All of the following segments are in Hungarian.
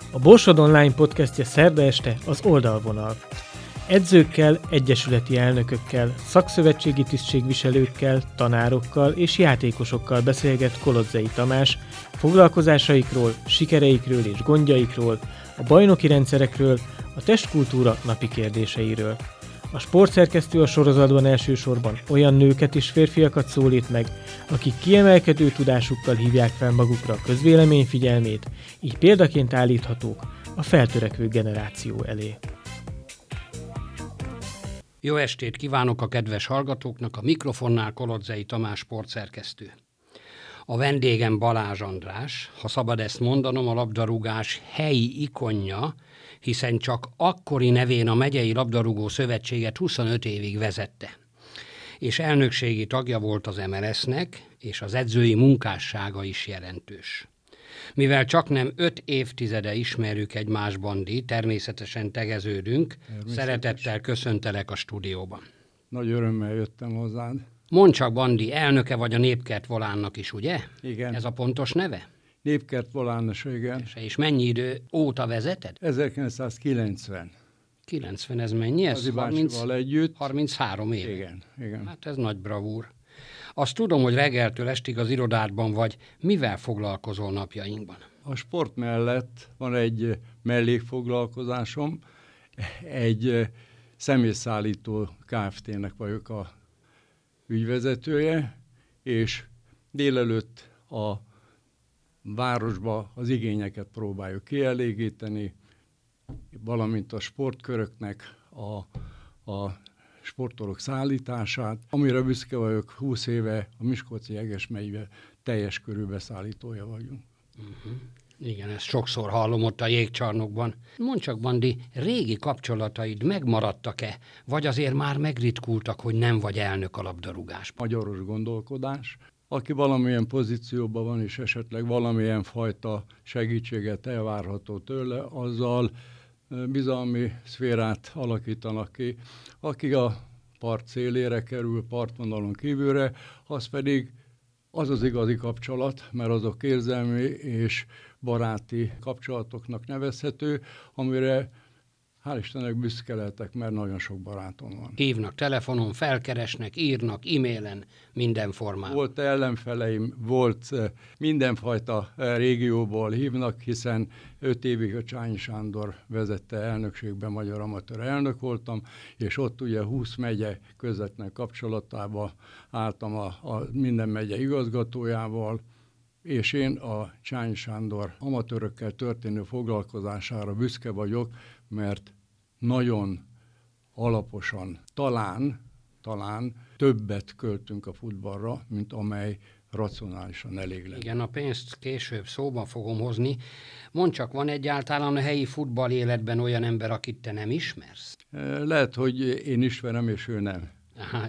A Borsod Online podcastje szerda este az Oldalvonal. Edzőkkel, egyesületi elnökökkel, szakszövetségi tisztségviselőkkel, tanárokkal és játékosokkal beszélget Kolodzei Tamás foglalkozásaikról, sikereikről és gondjaikról, a bajnoki rendszerekről, a testkultúra napi kérdéseiről. A sportszerkesztő a sorozatban elsősorban olyan nőket és férfiakat szólít meg, akik kiemelkedő tudásukkal hívják fel magukra a közvélemény figyelmét, így példaként állíthatók a feltörekvő generáció elé. Jó estét kívánok a kedves hallgatóknak, a mikrofonnál Kolodzei Tamás sportszerkesztő. A vendégem Balázs András, ha szabad ezt mondanom, a labdarúgás helyi ikonja, hiszen csak akkori nevén a Megyei Labdarúgó Szövetséget 25 évig vezette. És elnökségi tagja volt az MLS-nek, és az edzői munkássága is jelentős. Mivel csaknem 5 évtizede ismerjük egymást, Bandi, természetesen tegeződünk, szeretettel köszöntelek a stúdióban. Nagy örömmel jöttem hozzád. Mondd csak, Bandi, elnöke vagy a Népkert Volánnak is, ugye? Igen. Ez a pontos neve? Népkert Volánnos, igen. És mennyi idő óta vezeted? 1990. 90, ez mennyi? Ez Az bácsival együtt. 33 év. Igen. Hát ez nagy bravúr. Azt tudom, hogy reggeltől estig az irodádban vagy. Mivel foglalkozol napjainkban? A sport mellett van egy mellékfoglalkozásom. Egy személyszállító Kft-nek vagyok a ügyvezetője, és délelőtt a városba az igényeket próbáljuk kielégíteni, valamint a sportköröknek a sportolók szállítását, amire büszke vagyok, 20 éve a Miskolci Jeges megyében teljes körű beszállítója vagyunk. Igen, ezt sokszor hallom ott a jégcsarnokban. Mondd csak, Bandi, régi kapcsolataid megmaradtak-e, vagy azért már megritkultak, hogy nem vagy elnök a labdarúgásban? Magyaros gondolkodás. Aki valamilyen pozícióban van, és esetleg valamilyen fajta segítséget elvárható tőle, azzal bizalmi szférát alakítanak ki. Aki a part szélére kerül, partvonalon kívülre, az pedig az igazi kapcsolat, mert azok érzelmi és baráti kapcsolatoknak nevezhető, amire hál' Istennek büszke lehetek, mert nagyon sok barátom van. Hívnak telefonon, felkeresnek, írnak, e-mailen, minden formában. Volt ellenfeleim, volt mindenfajta régióból hívnak, hiszen 5 évig a Csányi Sándor vezette elnökségben, magyar amatőr elnök voltam, és ott ugye 20 megye közvetlen kapcsolatába álltam a minden megye igazgatójával, és én a Csányi Sándor amatőrökkel történő foglalkozására büszke vagyok, mert nagyon alaposan, talán többet költünk a futballra, mint amely racionálisan elég lenne. Igen, a pénzt később szóban fogom hozni. Mondd csak, van egyáltalán a helyi futball életben olyan ember, akit te nem ismersz? Lehet, hogy én ismerem, és ő nem. Aha,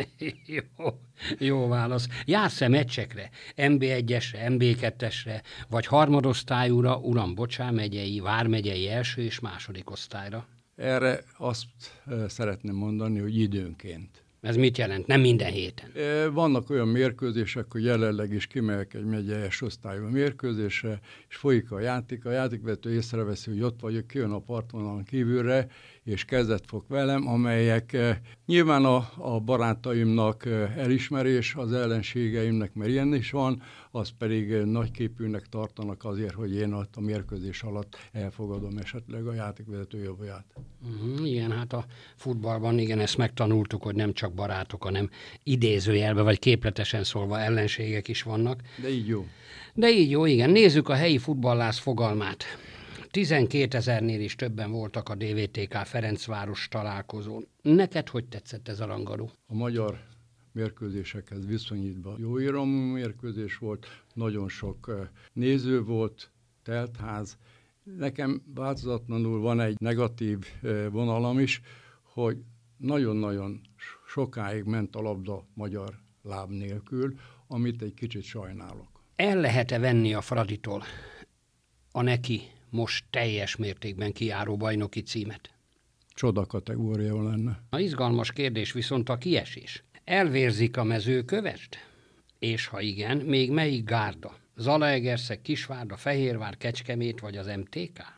jó válasz. Jársz-e meccsekre? MB1-esre, MB2-esre, vagy harmadosztályúra, uram, bocsán, megyei, vármegyei első és második osztályra? Erre azt szeretném mondani, hogy időnként. Ez mit jelent? Nem minden héten. Vannak olyan mérkőzések, hogy jelenleg is kimegyek egy megyei osztályú mérkőzésre, és folyik a játék. A játékvezető észreveszi, hogy ott vagyok, kijön a partvonalon kívülre, és kezdet fog velem, amelyek nyilván a barátaimnak elismerés, az ellenségeimnek, mert ilyen is van, az pedig nagyképűnek tartanak azért, hogy én a mérkőzés alatt elfogadom esetleg a játékvezető jobbját. Igen, hát a futballban igen, ezt megtanultuk, hogy nem csak barátok, hanem idézőjelben vagy képletesen szólva ellenségek is vannak. De így jó. De így jó, igen. Nézzük a helyi futballász fogalmát. 12 000-nél is többen voltak a DVTK Ferencváros találkozón. Neked hogy tetszett ez a rangadó? A magyar mérkőzésekhez viszonyítva jó iramú mérkőzés volt, nagyon sok néző volt, teltház. Nekem változatlanul van egy negatív vonalam is, hogy nagyon-nagyon sokáig ment a labda magyar láb nélkül, amit egy kicsit sajnálok. El lehet-e venni a Fraditól a neki most teljes mértékben kijáró bajnoki címet? Csoda kategória lenne. A izgalmas kérdés viszont a kiesés. Elvérzik a Mezőkövesd? És ha igen, még melyik gárda? Zalaegerszeg, Kisvárda, Fehérvár, Kecskemét vagy az MTK?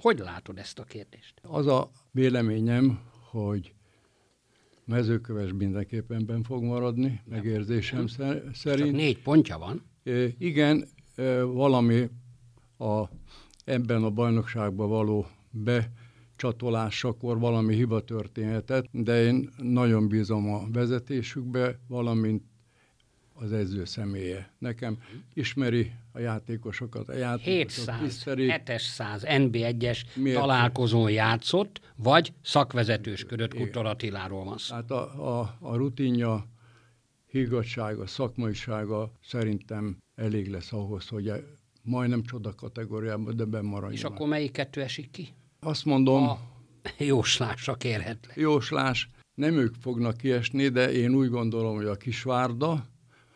Hogy látod ezt a kérdést? Az a véleményem, hogy Mezőköves mindenképpen benn fog maradni, megérzésem szerint. Csak 4 pontja van. Igen, valami ebben a bajnokságban való becsatolásakor valami hiba történhetett, de én nagyon bízom a vezetésükbe, valamint az edző személye. Nekem ismeri a játékosokat, 700 NB1-es találkozón játszott, vagy szakvezetősködött, Kutor Attiláról van szó. Hát a rutinja, higgadtsága, szakmaisága szerintem elég lesz ahhoz, hogy majdnem csoda kategóriában, de benn maradjon. És akkor melyik 2 esik ki? Azt mondom... A jóslásra kérhetlek. Jóslás, nem ők fognak kiesni, de én úgy gondolom, hogy a Kisvárda,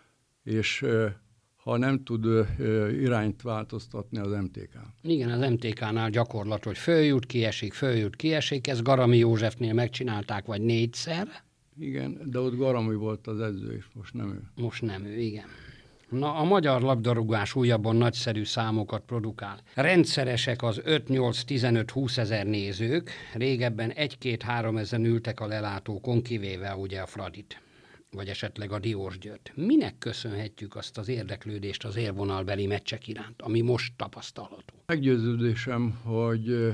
és ha nem tud irányt változtatni az MTK. Igen, az MTK-nál gyakorlat, hogy följut, kiesik, ezt Garami Józsefnél megcsinálták, vagy 4-szer. Igen, de ott Garami volt az edző, és most nem ő. Most nem ő, igen. Na, a magyar labdarúgás újabban nagyszerű számokat produkál. Rendszeresek az 5-8-15-20 ezer nézők, régebben 1-2-3 ezen ültek a lelátókon, kivéve ugye a Fradit, vagy esetleg a Diós Győrt. Minek köszönhetjük azt az érdeklődést az élvonalbeli meccsek iránt, ami most tapasztalható? Meggyőződésem, hogy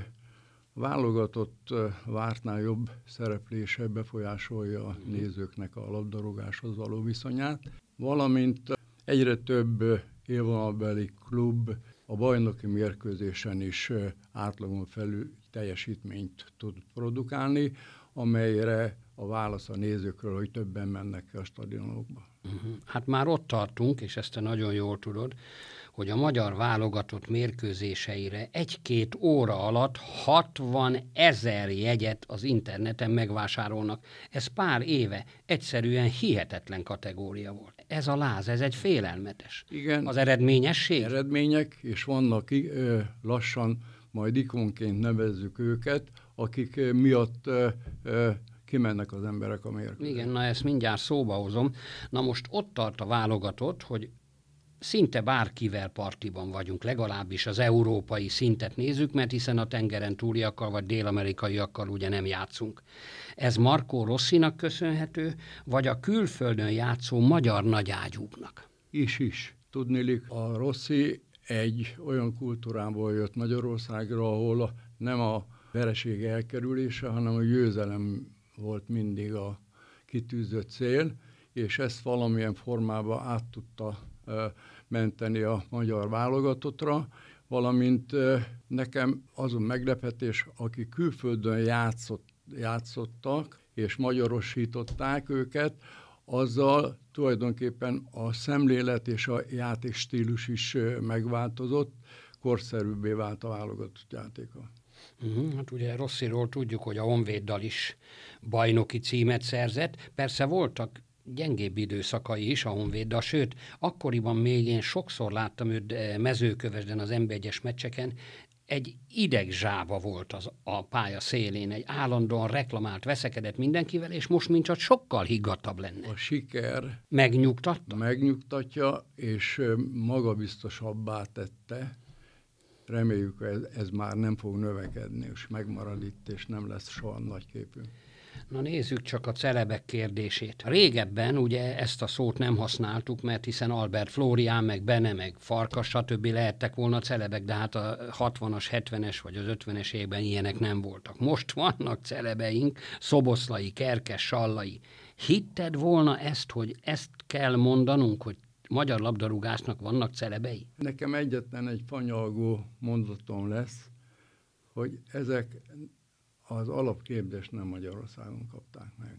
válogatott vártnál jobb szereplése befolyásolja a nézőknek a labdarúgáshoz való viszonyát, valamint egyre több élvonalbeli klub a bajnoki mérkőzésen is átlagon felül teljesítményt tud produkálni, amelyre a válasz a nézőkről, hogy többen mennek ki a stadionokba. Hát már ott tartunk, és ezt te nagyon jól tudod, hogy a magyar válogatott mérkőzéseire 1-2 óra alatt 60 000 jegyet az interneten megvásárolnak. Ez pár éve egyszerűen hihetetlen kategória volt. Ez a láz, ez egy félelmetes. Igen, az eredményesség? Eredmények, és vannak lassan, majd ikonként nevezzük őket, akik miatt kimennek az emberek a mérkőzésre. Igen, na ezt mindjárt szóba hozom. Na most ott tart a válogatott, hogy szinte bárkivel partiban vagyunk, legalábbis az európai szintet nézzük, mert hiszen a tengeren túliakkal vagy dél-amerikaiakkal ugye nem játszunk. Ez Marco Rossinak köszönhető, vagy a külföldön játszó magyar nagyágyúknak? Is. Tudniillik, a Rossi egy olyan kultúrából jött Magyarországra, ahol nem a vereség elkerülése, hanem a győzelem volt mindig a kitűzött cél, és ezt valamilyen formában át tudta menteni a magyar válogatottra, valamint nekem az a meglepetés, akik külföldön játszottak, és magyarosították őket, azzal tulajdonképpen a szemlélet és a játékstílus is megváltozott, korszerűbbé vált a válogatott játéka. Hát ugye Rossiról tudjuk, hogy a Honvéddal is bajnoki címet szerzett. Persze voltak gyengébb időszakai is a Honvéddal, sőt, akkoriban még én sokszor láttam őt Mezőkövesden az NB1-es meccseken, egy idegzsába volt a pálya szélén, egy állandóan reklamált, veszekedett mindenkivel, és most mint csak sokkal higgadtabb lenne. A siker megnyugtatja, és magabiztosabbá tette. Reméljük, hogy ez már nem fog növekedni, és megmarad itt, és nem lesz soha nagyképű. Na nézzük csak a celebek kérdését. Régebben ugye ezt a szót nem használtuk, mert hiszen Albert Flórián, meg Bene, meg Farkas, stb. Lehettek volna celebek, de hát a 60-as, 70-es vagy az 50-es évben ilyenek nem voltak. Most vannak celebeink, Szoboszlai, Kerkes, Sallai. Hitted volna ezt, hogy ezt kell mondanunk, hogy magyar labdarúgásnak vannak celebei? Nekem egyetlen egy fanyalgó mondatom lesz, hogy ezek az alapképzést nem Magyarországon kapták meg.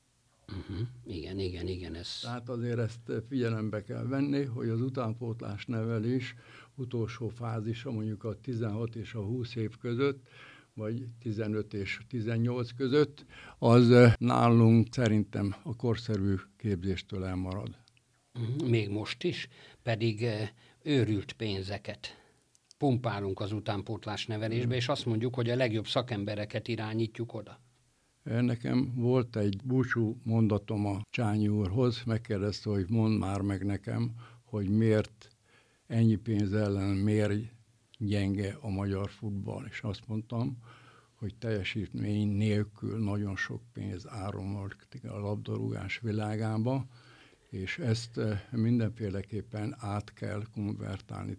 Igen. Tehát azért ezt figyelembe kell venni, hogy az utánpótlás nevelés utolsó fázisa mondjuk a 16 és a 20 év között, vagy 15 és 18 között, az nálunk szerintem a korszerű képzéstől elmarad. Még most is, pedig őrült pénzeket pumpálunk az utánpótlás nevelésbe, és azt mondjuk, hogy a legjobb szakembereket irányítjuk oda. Nekem volt egy búcsú mondatom a Csányi úrhoz, megkérdezte, hogy mondd már meg nekem, hogy miért ennyi pénz ellen mérj gyenge a magyar futball, és azt mondtam, hogy teljesítmény nélkül nagyon sok pénz áramlik a labdarúgás világába, és ezt mindenféleképpen át kell konvertálni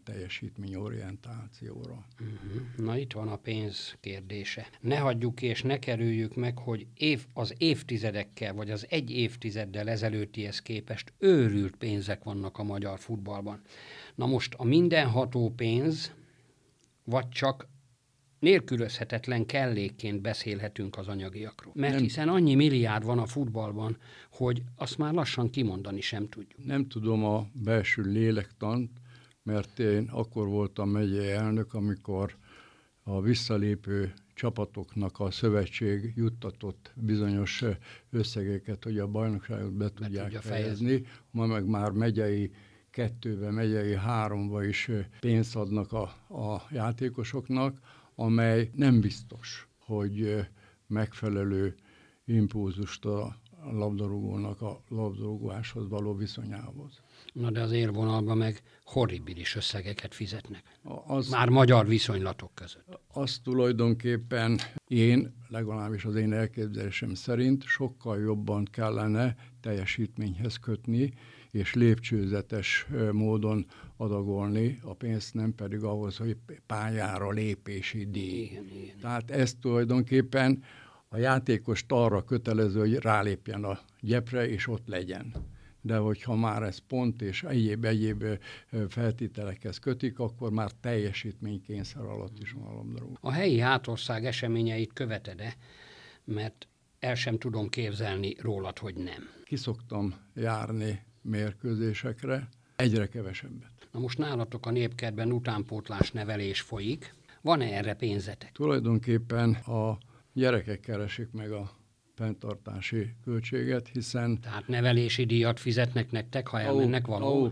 teljesítményorientációra. Na itt van a pénz kérdése. Ne hagyjuk és ne kerüljük meg, hogy az évtizedekkel, vagy az egy évtizeddel ezelőttihez képest őrült pénzek vannak a magyar futballban. Na most a mindenható pénz, vagy csak nélkülözhetetlen kellékként beszélhetünk az anyagiakról. Mert hiszen annyi milliárd van a futballban, hogy azt már lassan kimondani sem tudjuk. Nem tudom a belső lélektant, mert én akkor voltam megyei elnök, amikor a visszalépő csapatoknak a szövetség juttatott bizonyos összegeket, hogy a bajnokságot be tudják fejezni. Ma meg már megyei 2-be, megyei 3-ba is pénzt adnak a játékosoknak, amely nem biztos, hogy megfelelő impulzust a labdarúgónak a labdarúgáshoz való viszonyához. Na de az élvonalban meg horribilis összegeket fizetnek. Már magyar viszonylatok között. Azt tulajdonképpen legalábbis az én elképzelésem szerint sokkal jobban kellene teljesítményhez kötni, és lépcsőzetes módon adagolni a pénzt, nem pedig ahhoz, hogy pályára lépési díj. Igen. Tehát ez tulajdonképpen a játékost arra kötelező, hogy rálépjen a gyepre, és ott legyen. De hogyha már ez pont és egyéb feltételekhez kötik, akkor már teljesítménykényszer alatt is van a labdarúgó. A helyi hátország eseményeit követed-e? Mert el sem tudom képzelni rólad, hogy nem. Ki szoktam járni mérkőzésekre, egyre kevesebbet. Na most nálatok a Népkertben utánpótlás nevelés folyik. Van-e erre pénzetek? Tulajdonképpen a gyerekek keresik meg a fenntartási költséget, hiszen... Tehát nevelési díjat fizetnek nektek, ha elmennek valahol?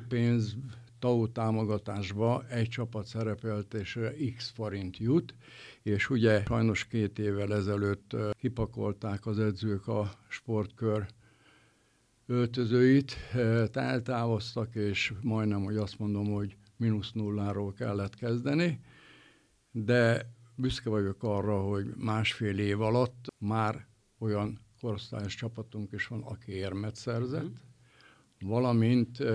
TAO támogatásba egy csapat szerepeltésre X forint jut, és ugye sajnos 2 évvel ezelőtt kipakolták az edzők a sportkör öltözőit, eltávoztak, és majdnem, hogy azt mondom, hogy -0-ról kellett kezdeni, de büszke vagyok arra, hogy 1,5 év alatt már olyan korosztályos csapatunk is van, aki érmet szerzett, valamint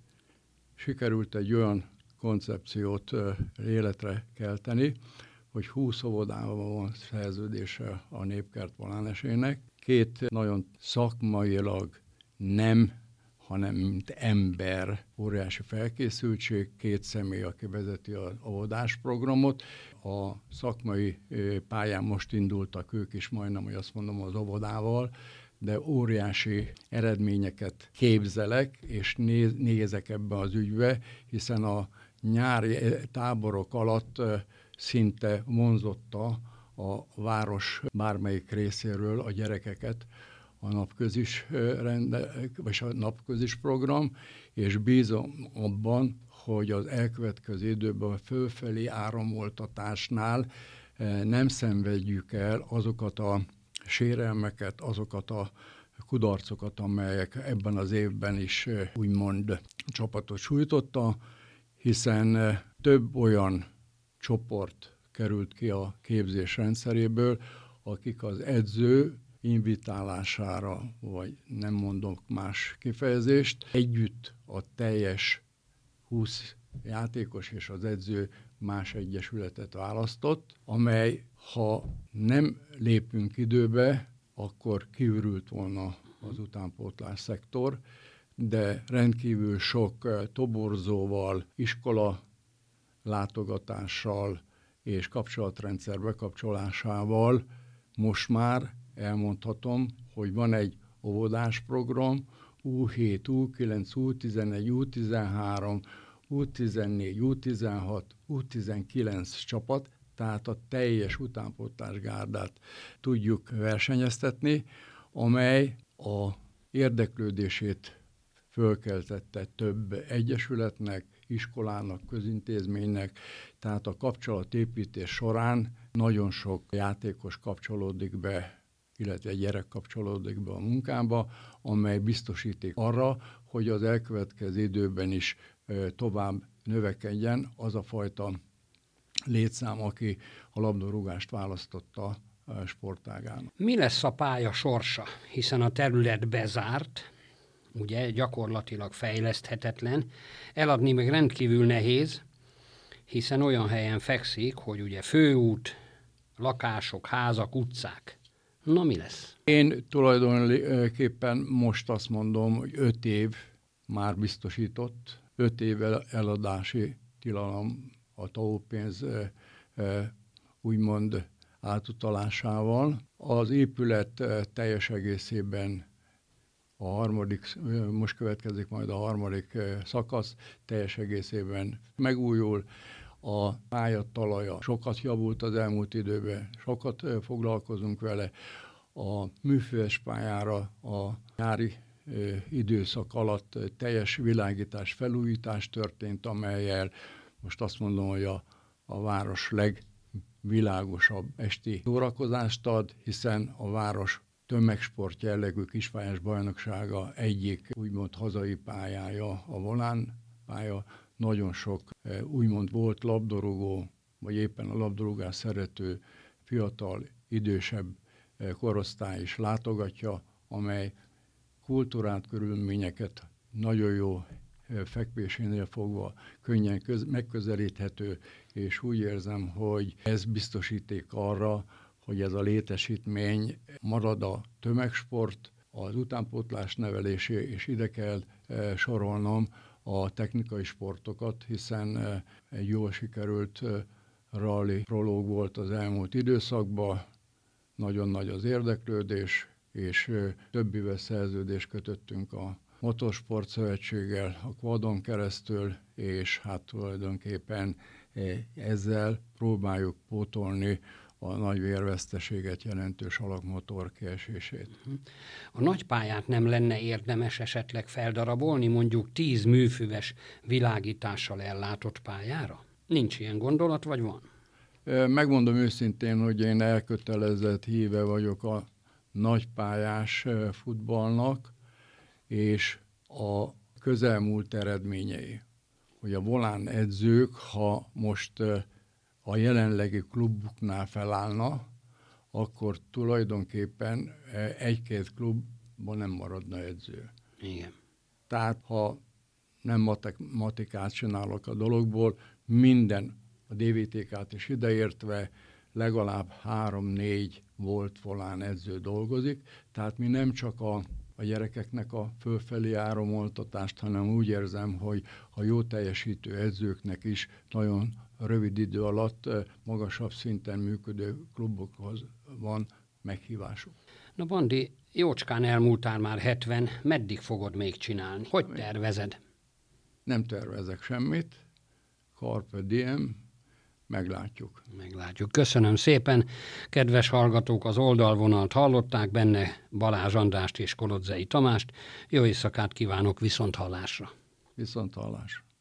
sikerült egy olyan koncepciót életre kelteni, hogy 20 óvodában van szerződése a Népkert volánesének. 2 nagyon szakmailag nem, hanem mint ember, óriási felkészültség, 2 személy, aki vezeti az óvodásprogramot. A szakmai pályán most indultak ők is, majdnem, hogy azt mondom, az óvodával, de óriási eredményeket képzelek, és nézek ebbe az ügybe, hiszen a nyári táborok alatt szinte vonzotta a város bármelyik részéről a gyerekeket a napközis vagy a napközis program, és bízom abban, hogy az elkövetkező időben a fölfelé áramoltatásnál nem szenvedjük el azokat a sérelmeket, azokat a kudarcokat, amelyek ebben az évben is úgymond csapatot sújtotta, hiszen több olyan csoport került ki a képzés rendszeréből, akik az edző invitálására, vagy nem mondok más kifejezést, együtt a teljes 20 játékos és az edző más egyesületet választott, amely, ha nem lépünk időbe, akkor kiürült volna az utánpótlás szektor, de rendkívül sok toborzóval, iskola látogatással és kapcsolatrendszer bekapcsolásával most már elmondhatom, hogy van egy óvodásprogram, U7, U9, U11, U13, U14, U16, U19 csapat, tehát a teljes utánpótlásgárdát tudjuk versenyeztetni, amely a érdeklődését fölkeltette több egyesületnek, iskolának, közintézménynek, tehát a kapcsolatépítés során nagyon sok játékos kapcsolódik be, illetve gyerek kapcsolódik be a munkába, amely biztosíték arra, hogy az elkövetkező időben is tovább növekedjen az a fajta létszám, aki a labdarúgást választotta sportágának. Mi lesz a pálya sorsa? Hiszen a terület bezárt, ugye gyakorlatilag fejleszthetetlen, eladni meg rendkívül nehéz, hiszen olyan helyen fekszik, hogy ugye főút, lakások, házak, utcák. Na mi lesz? Én tulajdonképpen most azt mondom, hogy 5 év már biztosított, 5 év eladási tilalom a TAO pénz úgymond átutalásával. Az épület teljes egészében most következik majd a harmadik szakasz, teljes egészében megújul. A pályatalaja sokat javult az elmúlt időben, sokat foglalkozunk vele. A műfüves pályára a nyári időszak alatt teljes világítás, felújítás történt, amellyel most azt mondom, hogy a város legvilágosabb esti szórakozást ad, hiszen a város tömegsport jellegű kispályás bajnoksága egyik úgymond hazai pályája, a Volán pálya. Nagyon sok úgymond volt labdarúgó, vagy éppen a labdarúgás szerető fiatal, idősebb korosztály is látogatja, amely kultúrát, körülményeket nagyon jó fekvésénél fogva könnyen megközelíthető, és úgy érzem, hogy ez biztosíték arra, hogy ez a létesítmény marad a tömegsport, az utánpótlás nevelésé, és ide kell sorolnom a technikai sportokat, hiszen egy jól sikerült rally prológ volt az elmúlt időszakban, nagyon nagy az érdeklődés, és több éves szerződést kötöttünk a Motorsport Szövetséggel, a Quadon keresztül, és hát tulajdonképpen ezzel próbáljuk pótolni a nagy vérveszteséget jelentő salakmotor kiesését. A nagy pályát nem lenne érdemes esetleg feldarabolni, mondjuk 10 műfüves világítással ellátott pályára? Nincs ilyen gondolat, vagy van? Megmondom őszintén, hogy én elkötelezett híve vagyok a nagypályás futballnak, és a közelmúlt eredményei, hogy a Volán edzők, ha most a jelenlegi klubuknál felállna, akkor tulajdonképpen egy-két klubban nem maradna edző. Igen. Tehát, ha nem matematikát csinálok a dologból, minden, a DVTK-t is ideértve, legalább 3-4 volt Volán edző dolgozik, tehát mi nem csak a gyerekeknek a fölfelé áramoltatást, hanem úgy érzem, hogy a jó teljesítő edzőknek is nagyon rövid idő alatt magasabb szinten működő klubokhoz van meghívásuk. Na Bandi, jócskán elmúltál már 70, meddig fogod még csinálni? Hogy tervezed? Nem tervezek semmit, carpe diem, meglátjuk. Meglátjuk. Köszönöm szépen. Kedves hallgatók, az oldalvonalt hallották, benne Balázs Andrást és Kolodzei Tamást. Jó éjszakát kívánok, viszonthallásra. Viszonthallásra.